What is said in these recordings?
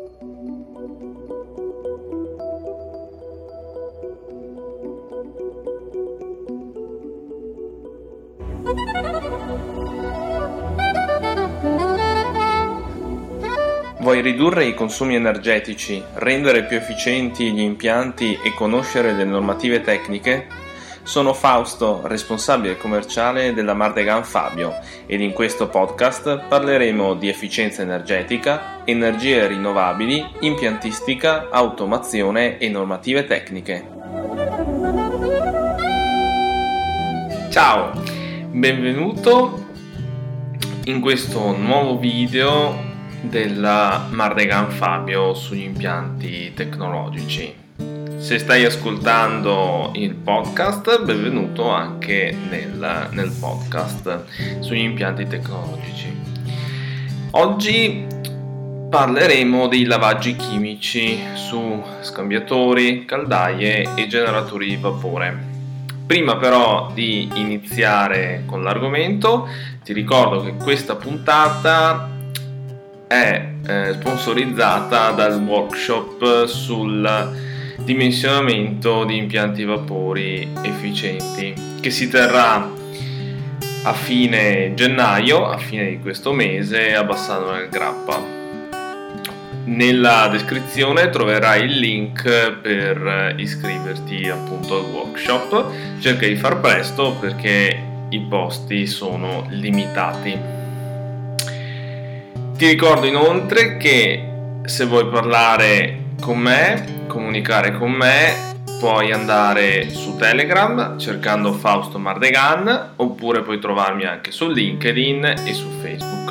Vuoi ridurre i consumi energetici, rendere più efficienti gli impianti e conoscere le normative tecniche? Sono Fausto, responsabile commerciale della Mardegan Fabio, ed in questo podcast parleremo di efficienza energetica, energie rinnovabili, impiantistica, automazione e normative tecniche. Ciao, benvenuto in questo nuovo video della Mardegan Fabio sugli impianti tecnologici. Se stai ascoltando il podcast, benvenuto anche nel podcast sugli impianti tecnologici. Oggi parleremo dei lavaggi chimici su scambiatori, caldaie e generatori di vapore. Prima però di iniziare con l'argomento, ti ricordo che questa puntata è sponsorizzata dal workshop sul dimensionamento di impianti vapori efficienti, che si terrà a fine gennaio, a fine di questo mese, a Bassano del Grappa. Nella descrizione troverai il link per iscriverti appunto al workshop. Cerca di far presto perché i posti sono limitati. Ti ricordo inoltre che se vuoi parlare con me, comunicare con me, puoi andare su Telegram cercando Fausto Mardegan, oppure puoi trovarmi anche su LinkedIn e su Facebook.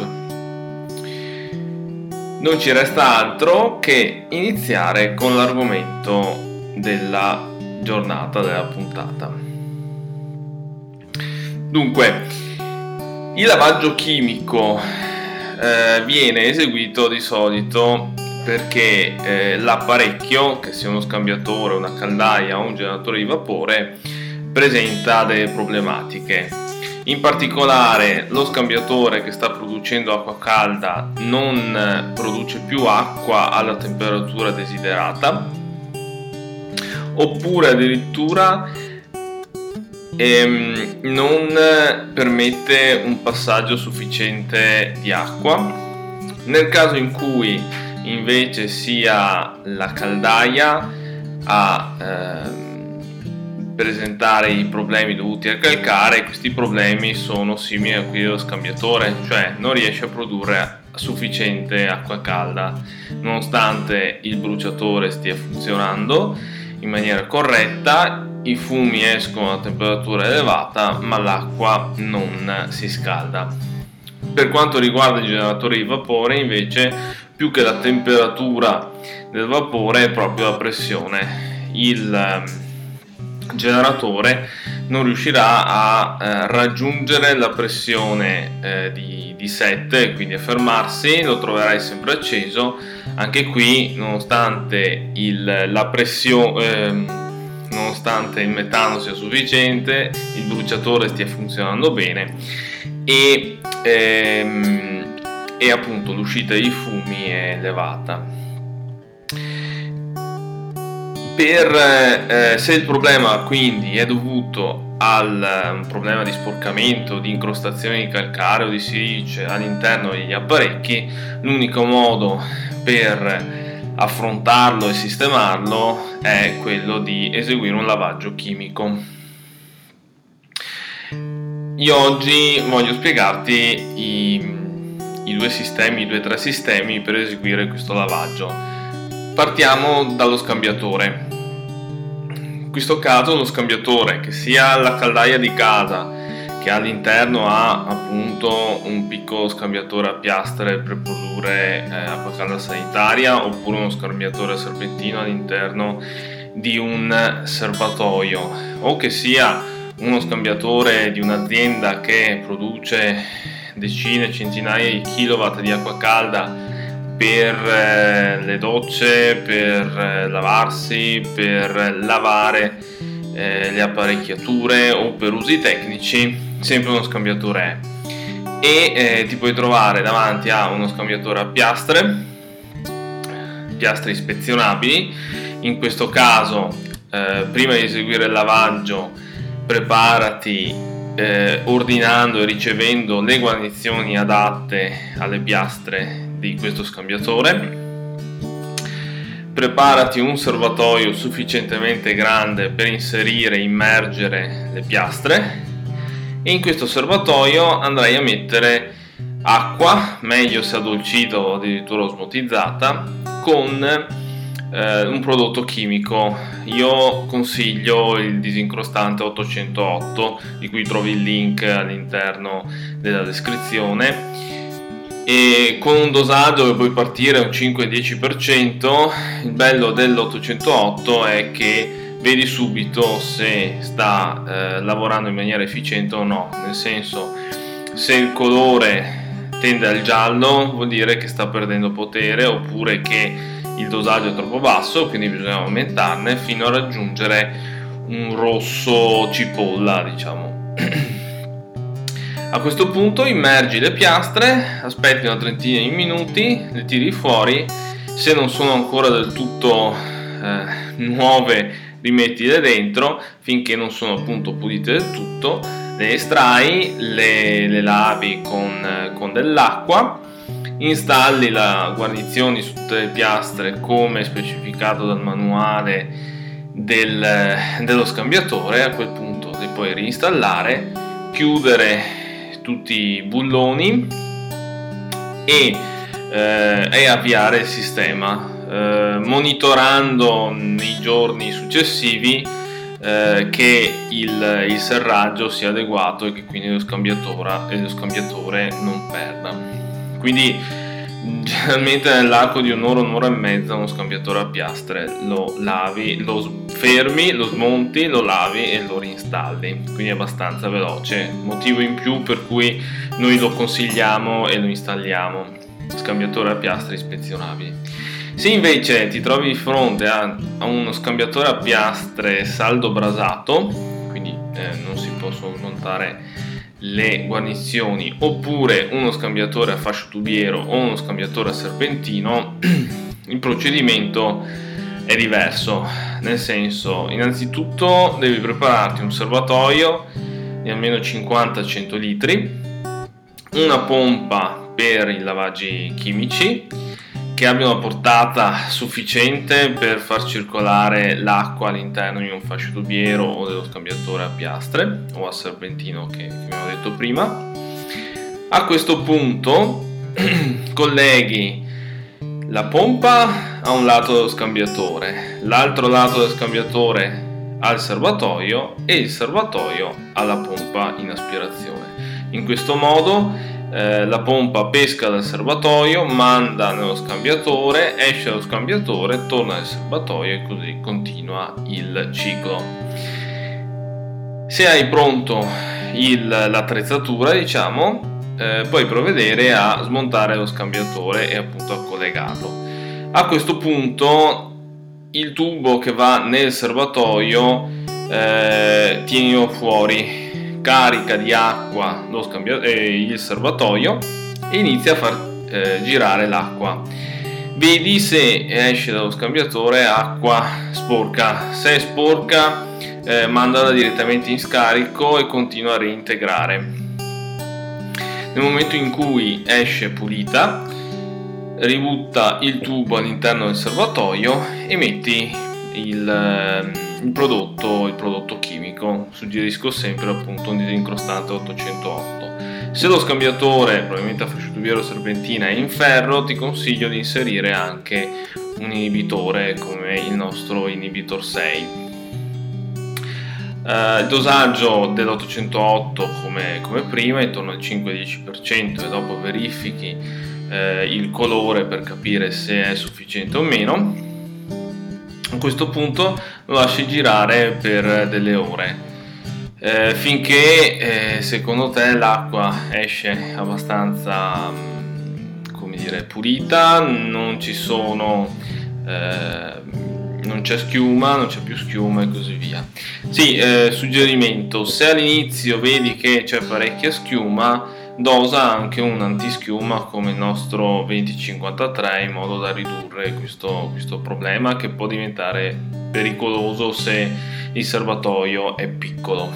Non ci resta altro che iniziare con l'argomento della giornata, della puntata. Dunque, il lavaggio chimico viene eseguito di solito perché l'apparecchio, che sia uno scambiatore, una caldaia o un generatore di vapore, presenta delle problematiche. In particolare lo scambiatore che sta producendo acqua calda non produce più acqua alla temperatura desiderata, oppure addirittura non permette un passaggio sufficiente di acqua. Nel caso in cui invece sia la caldaia a presentare i problemi dovuti al calcare, questi problemi sono simili a quelli dello scambiatore, cioè non riesce a produrre sufficiente acqua calda nonostante il bruciatore stia funzionando in maniera corretta. I fumi escono a temperatura elevata, ma l'acqua non si scalda. Per quanto riguarda i generatori di vapore, invece, più che la temperatura del vapore è proprio la pressione. Il generatore non riuscirà a raggiungere la pressione di 7, quindi a fermarsi, lo troverai sempre acceso. Anche qui, nonostante nonostante il metano sia sufficiente, il bruciatore stia funzionando bene e appunto l'uscita dei fumi è elevata. Se il problema quindi è dovuto al problema di sporcamento, di incrostazione di calcare o di silice all'interno degli apparecchi, l'unico modo per affrontarlo e sistemarlo è quello di eseguire un lavaggio chimico. Io oggi voglio spiegarti i due o tre sistemi per eseguire questo lavaggio. Partiamo dallo scambiatore. In questo caso lo scambiatore, che sia la caldaia di casa, che all'interno ha appunto un piccolo scambiatore a piastre per produrre acqua calda sanitaria, oppure uno scambiatore a serpentino all'interno di un serbatoio, o che sia uno scambiatore di un'azienda che produce decine, centinaia di kilowatt di acqua calda per le docce, per lavarsi, per lavare le apparecchiature o per usi tecnici, sempre uno scambiatore è. Ti puoi trovare davanti a uno scambiatore a piastre piastre ispezionabili. In questo caso, prima di eseguire il lavaggio, preparati ordinando e ricevendo le guarnizioni adatte alle piastre di questo scambiatore. Preparati un serbatoio sufficientemente grande per inserire e immergere le piastre, e in questo serbatoio andrai a mettere acqua, meglio se addolcita o addirittura osmotizzata, con un prodotto chimico. Io consiglio il disincrostante 808, di cui trovi il link all'interno della descrizione, e con un dosaggio che puoi partire un 5-10%. Il bello dell'808 è che vedi subito se sta lavorando in maniera efficiente o no, nel senso, se il colore tende al giallo vuol dire che sta perdendo potere, oppure che il dosaggio è troppo basso, quindi bisogna aumentarne fino a raggiungere un rosso cipolla, diciamo. A questo punto immergi le piastre, aspetti una trentina di minuti, le tiri fuori. Se non sono ancora del tutto nuove, rimettile dentro finché non sono appunto pulite del tutto. Le estrai, le lavi con dell'acqua, installi la guarnizioni su tutte le piastre come specificato dal manuale dello scambiatore. A quel punto li puoi reinstallare, chiudere tutti i bulloni e avviare il sistema, monitorando nei giorni successivi che il serraggio sia adeguato e che quindi lo scambiatore non perda. Quindi generalmente nell'arco di un'ora e mezza uno scambiatore a piastre lo lavi, lo fermi, lo smonti, lo lavi e lo reinstalli, quindi è abbastanza veloce, motivo in più per cui noi lo consigliamo e lo installiamo, scambiatore a piastre ispezionabili. Se invece ti trovi di fronte a uno scambiatore a piastre saldo brasato, quindi non si possono montare le guarnizioni, oppure uno scambiatore a fascio tubiero o uno scambiatore a serpentino, il procedimento è diverso. Nel senso, innanzitutto devi prepararti un serbatoio di almeno 50-100 litri, una pompa per i lavaggi chimici che abbia una portata sufficiente per far circolare l'acqua all'interno di un fascio tubiero o dello scambiatore a piastre o a serpentino che abbiamo detto prima. A questo punto colleghi la pompa a un lato dello scambiatore, l'altro lato dello scambiatore al serbatoio e il serbatoio alla pompa in aspirazione. In questo modo la pompa pesca dal serbatoio, manda nello scambiatore, esce dallo scambiatore, torna nel serbatoio e così continua il ciclo. Se hai pronto l'attrezzatura, diciamo, puoi provvedere a smontare lo scambiatore e appunto a collegarlo. A questo punto il tubo che va nel serbatoio tienilo fuori, carica di acqua il serbatoio e inizia a far girare l'acqua. Vedi se esce dallo scambiatore acqua sporca. Se è sporca, mandala direttamente in scarico e continua a reintegrare. Nel momento in cui esce pulita, ributta il tubo all'interno del serbatoio e metti il prodotto chimico. Suggerisco sempre appunto un disincrostante 808. Se lo scambiatore, probabilmente a fascio tubiero serpentina, è in ferro, ti consiglio di inserire anche un inibitore come il nostro inhibitor 6. Il dosaggio dell'808 come prima, intorno al 5-10%, e dopo verifichi il colore per capire se è sufficiente o meno. A questo punto lo lasci girare per delle ore, finché secondo te l'acqua esce abbastanza pulita, non c'è schiuma, non c'è più schiuma e così via. Suggerimento: se all'inizio vedi che c'è parecchia schiuma, dosa anche un antischiuma come il nostro 2053 in modo da ridurre questo problema, che può diventare pericoloso se il serbatoio è piccolo.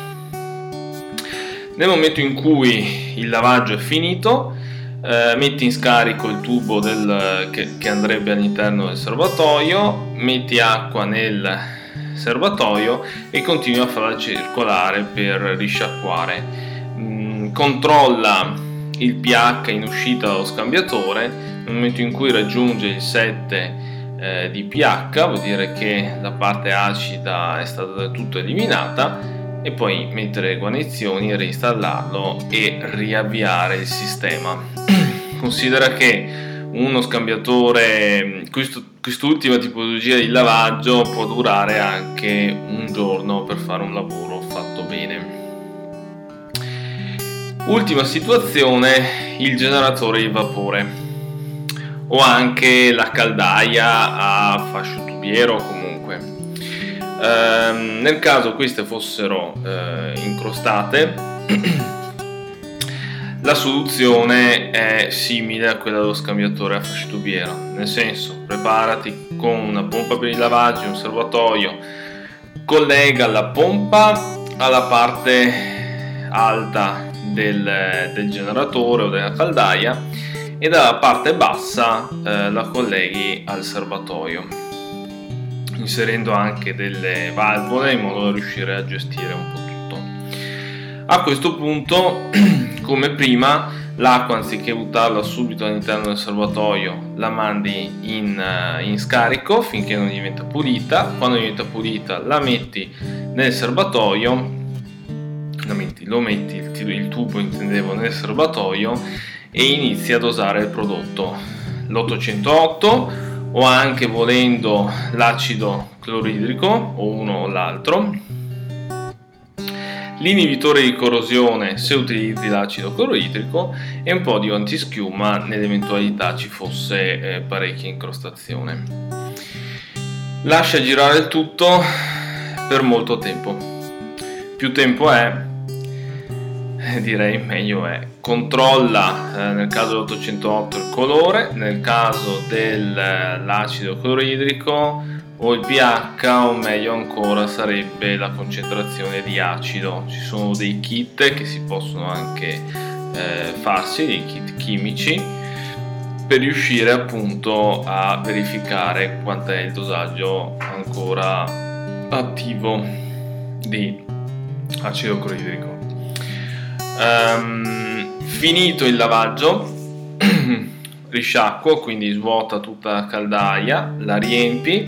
Nel momento in cui il lavaggio è finito, metti in scarico il tubo che andrebbe all'interno del serbatoio, metti acqua nel serbatoio e continui a farla circolare per risciacquare. Controlla il pH in uscita dallo scambiatore. Nel momento in cui raggiunge il 7 di pH vuol dire che la parte acida è stata del tutto eliminata, e poi mettere le guarnizioni, reinstallarlo e riavviare il sistema. Considera che uno scambiatore, quest'ultima tipologia di lavaggio può durare anche un giorno per fare un lavoro fatto bene. Ultima situazione, il generatore di vapore o anche la caldaia a fascio tubiero comunque. Nel caso queste fossero incrostate, la soluzione è simile a quella dello scambiatore a fascio tubiero, nel senso, preparati con una pompa per il lavaggio, un serbatoio, collega la pompa alla parte alta del generatore o della caldaia e dalla parte bassa la colleghi al serbatoio, inserendo anche delle valvole in modo da riuscire a gestire un po' tutto. A questo punto, come prima, l'acqua, anziché buttarla subito all'interno del serbatoio, la mandi in scarico finché non diventa pulita. Quando diventa pulita la metti nel serbatoio, il tubo intendevo nel serbatoio, e inizi a dosare il prodotto, l'808 o anche, volendo, l'acido cloridrico o uno o l'altro, l'inibitore di corrosione se utilizzi l'acido cloridrico, e un po' di antischiuma nell'eventualità ci fosse parecchia incrostazione. Lascia girare il tutto per molto tempo. Più tempo è, direi meglio è. Controlla nel caso dell'808 il colore, nel caso dell'acido cloridrico o il pH, o meglio ancora sarebbe la concentrazione di acido. Ci sono dei kit che si possono anche farsi, dei kit chimici, per riuscire appunto a verificare quant'è il dosaggio ancora attivo di acido cloridrico. Finito il lavaggio, risciacquo, quindi svuota tutta la caldaia, la riempi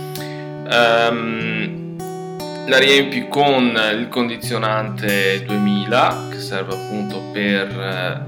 con il condizionante 2000, che serve appunto per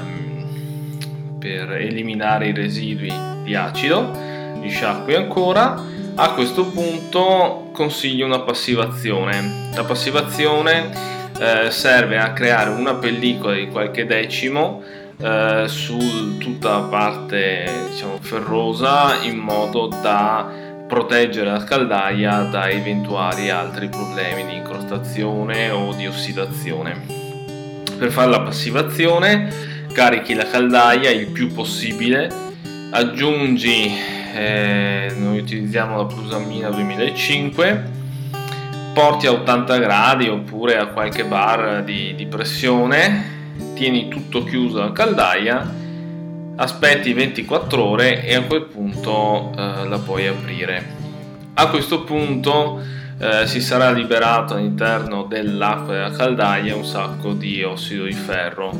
eliminare i residui di acido. Risciacqui ancora. A questo punto consiglio una passivazione. La passivazione serve a creare una pellicola di qualche decimo su tutta la parte, diciamo, ferrosa, in modo da proteggere la caldaia da eventuali altri problemi di incrostazione o di ossidazione. Per fare la passivazione carichi la caldaia il più possibile, aggiungi, noi utilizziamo la Plusamina 2005, porti a 80 gradi oppure a qualche bar di pressione, tieni tutto chiuso la caldaia, aspetti 24 ore e a quel punto la puoi aprire. A questo punto si sarà liberato all'interno dell'acqua della caldaia un sacco di ossido di ferro.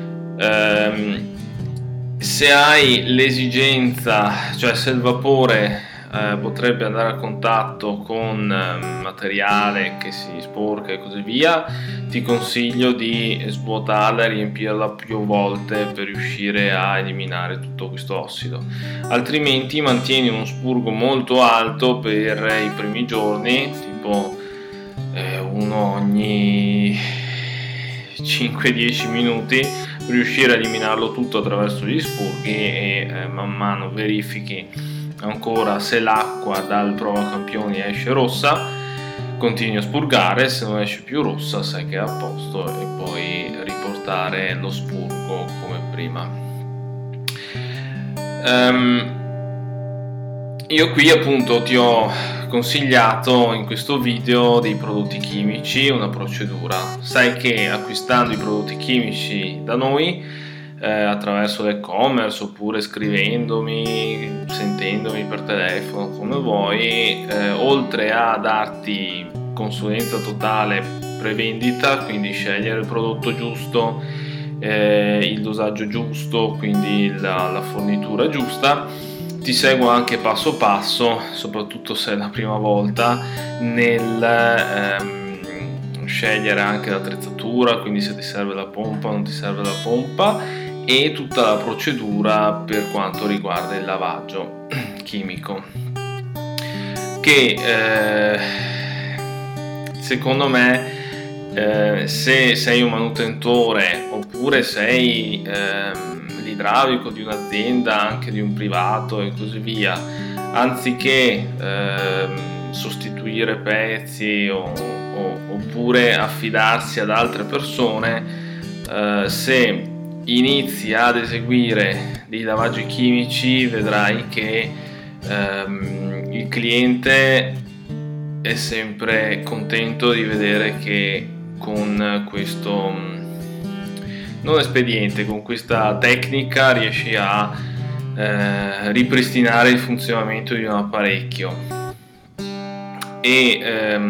Se hai l'esigenza, cioè se il vapore potrebbe andare a contatto con materiale che si sporca e così via, ti consiglio di svuotarla e riempirla più volte per riuscire a eliminare tutto questo ossido. Altrimenti mantieni uno spurgo molto alto per i primi giorni, tipo uno ogni 5-10 minuti, per riuscire a eliminarlo tutto attraverso gli spurghi, e man mano verifichi ancora se l'acqua dal provacampioni esce rossa, continui a spurgare, se non esce più rossa sai che è a posto e poi riportare portare lo spurgo come prima. Io qui appunto ti ho consigliato in questo video dei prodotti chimici, una procedura. Sai che acquistando i prodotti chimici da noi attraverso l'e-commerce oppure scrivendomi, sentendomi per telefono, come vuoi, oltre a darti consulenza totale prevendita, quindi scegliere il prodotto giusto, il dosaggio giusto, quindi la fornitura giusta, ti seguo anche passo passo, soprattutto se è la prima volta, nel scegliere anche l'attrezzatura, quindi se ti serve la pompa o non ti serve la pompa, e tutta la procedura per quanto riguarda il lavaggio chimico, che secondo me se sei un manutentore oppure sei l'idraulico di un'azienda, anche di un privato e così via, anziché sostituire pezzi oppure affidarsi ad altre persone, se inizi ad eseguire dei lavaggi chimici vedrai che il cliente è sempre contento di vedere che con questo non espediente, con questa tecnica riesci a ripristinare il funzionamento di un apparecchio e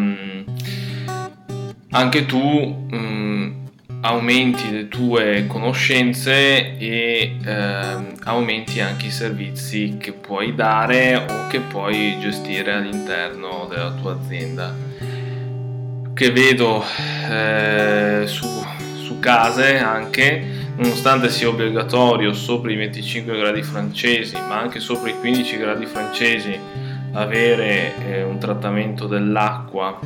anche tu aumenti le tue conoscenze e aumenti anche i servizi che puoi dare o che puoi gestire all'interno della tua azienda. Che vedo su case anche, nonostante sia obbligatorio sopra i 25 gradi francesi ma anche sopra i 15 gradi francesi avere un trattamento dell'acqua,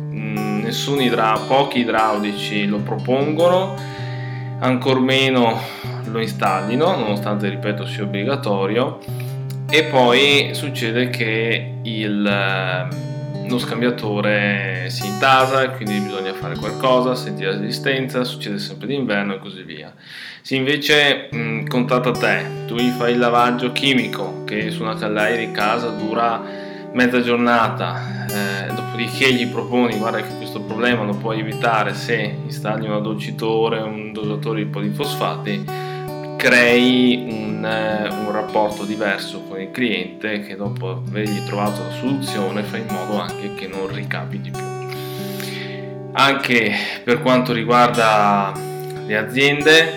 pochi idraulici lo propongono, ancor meno lo installino, nonostante, ripeto, sia obbligatorio. E poi succede che lo scambiatore si intasa e quindi bisogna fare qualcosa, senti la resistenza, succede sempre d'inverno e così via. Se invece contatta te, tu gli fai il lavaggio chimico che su una caldaia di casa dura mezza giornata, dopodiché gli proponi: guarda che questo problema lo puoi evitare se installi un addolcitore, un dosatore di polifosfati, crei un rapporto diverso con il cliente che dopo avergli trovato la soluzione fa in modo anche che non ricapiti più. Anche per quanto riguarda le aziende,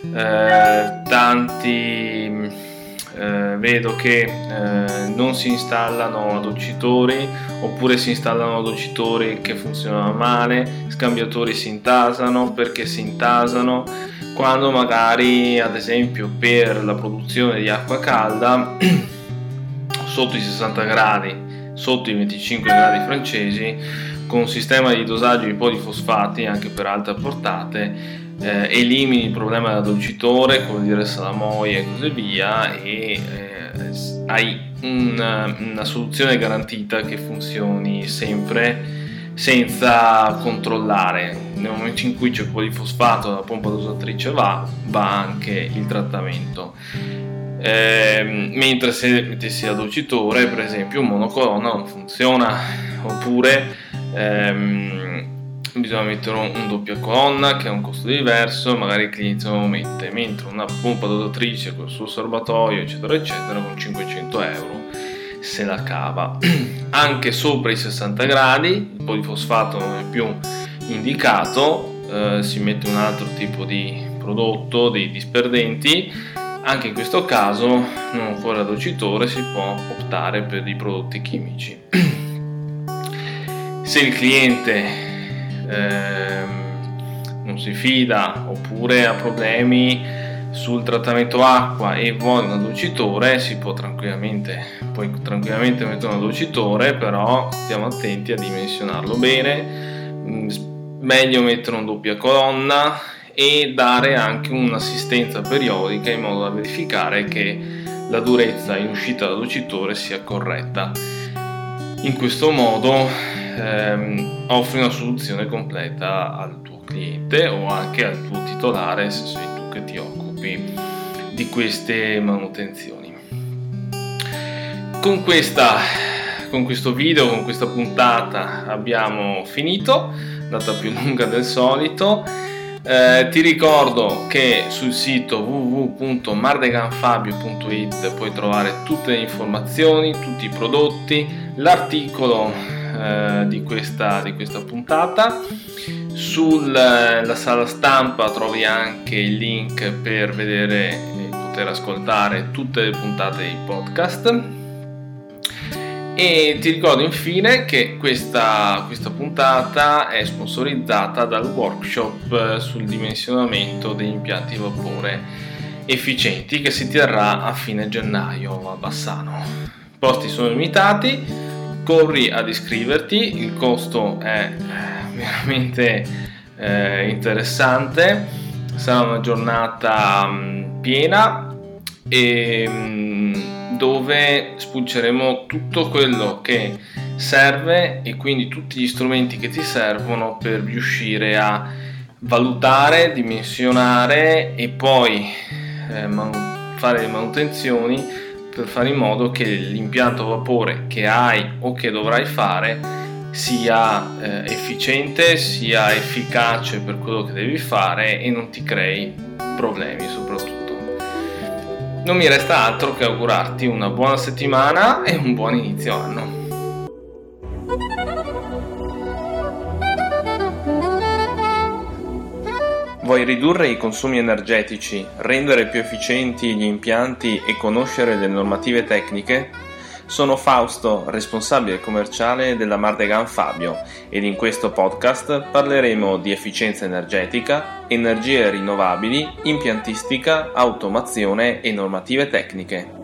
tanti vedo che non si installano addolcitori, oppure si installano addolcitori che funzionano male, scambiatori si intasano. Perché si intasano? Quando magari, ad esempio, per la produzione di acqua calda sotto i 60 gradi, sotto i 25 gradi francesi, con un sistema di dosaggio di polifosfati anche per alte portate, elimini il problema dell'addolcitore, come dire salamoia e così via, e hai una soluzione garantita che funzioni sempre senza controllare. Nel momento in cui c'è il polifosfato, la pompa dosatrice va anche il trattamento. Mentre se mettessi l'addolcitore, per esempio, un monocolonna non funziona, oppure bisogna mettere un doppia colonna che ha un costo diverso, magari il cliente non lo mette, mentre una pompa dosatrice con il suo serbatoio eccetera eccetera con 500 euro se la cava. Anche sopra i 60 gradi il polifosfato non è più indicato, si mette un altro tipo di prodotto, dei disperdenti. Anche in questo caso, non occorre addolcitore, si può optare per dei prodotti chimici. Se il cliente non si fida oppure ha problemi sul trattamento acqua e vuole un addolcitore, puoi tranquillamente mettere un addolcitore, però stiamo attenti a dimensionarlo bene. Meglio mettere una doppia colonna e dare anche un'assistenza periodica in modo da verificare che la durezza in uscita dall'addolcitore sia corretta. In questo modo offri una soluzione completa al tuo cliente o anche al tuo titolare se sei tu che ti occupi di queste manutenzioni. Con questo video, con questa puntata abbiamo finito, andata più lunga del solito. Ti ricordo che sul sito www.mardeganfabio.it puoi trovare tutte le informazioni, tutti i prodotti, l'articolo di questa puntata. Sulla sala stampa trovi anche il link per vedere e poter ascoltare tutte le puntate di podcast. E ti ricordo infine che questa puntata è sponsorizzata dal workshop sul dimensionamento degli impianti vapore efficienti che si terrà a fine gennaio a Bassano. I posti sono limitati, corri ad iscriverti, il costo è veramente interessante, sarà una giornata piena e dove spulceremo tutto quello che serve e quindi tutti gli strumenti che ti servono per riuscire a valutare, dimensionare e poi fare le manutenzioni per fare in modo che l'impianto vapore che hai o che dovrai fare sia efficiente, sia efficace per quello che devi fare e non ti crei problemi soprattutto. Non mi resta altro che augurarti una buona settimana e un buon inizio anno. Vuoi ridurre i consumi energetici, rendere più efficienti gli impianti e conoscere le normative tecniche? Sono Fausto, responsabile commerciale della Mardegan Fabio, ed in questo podcast parleremo di efficienza energetica, energie rinnovabili, impiantistica, automazione e normative tecniche.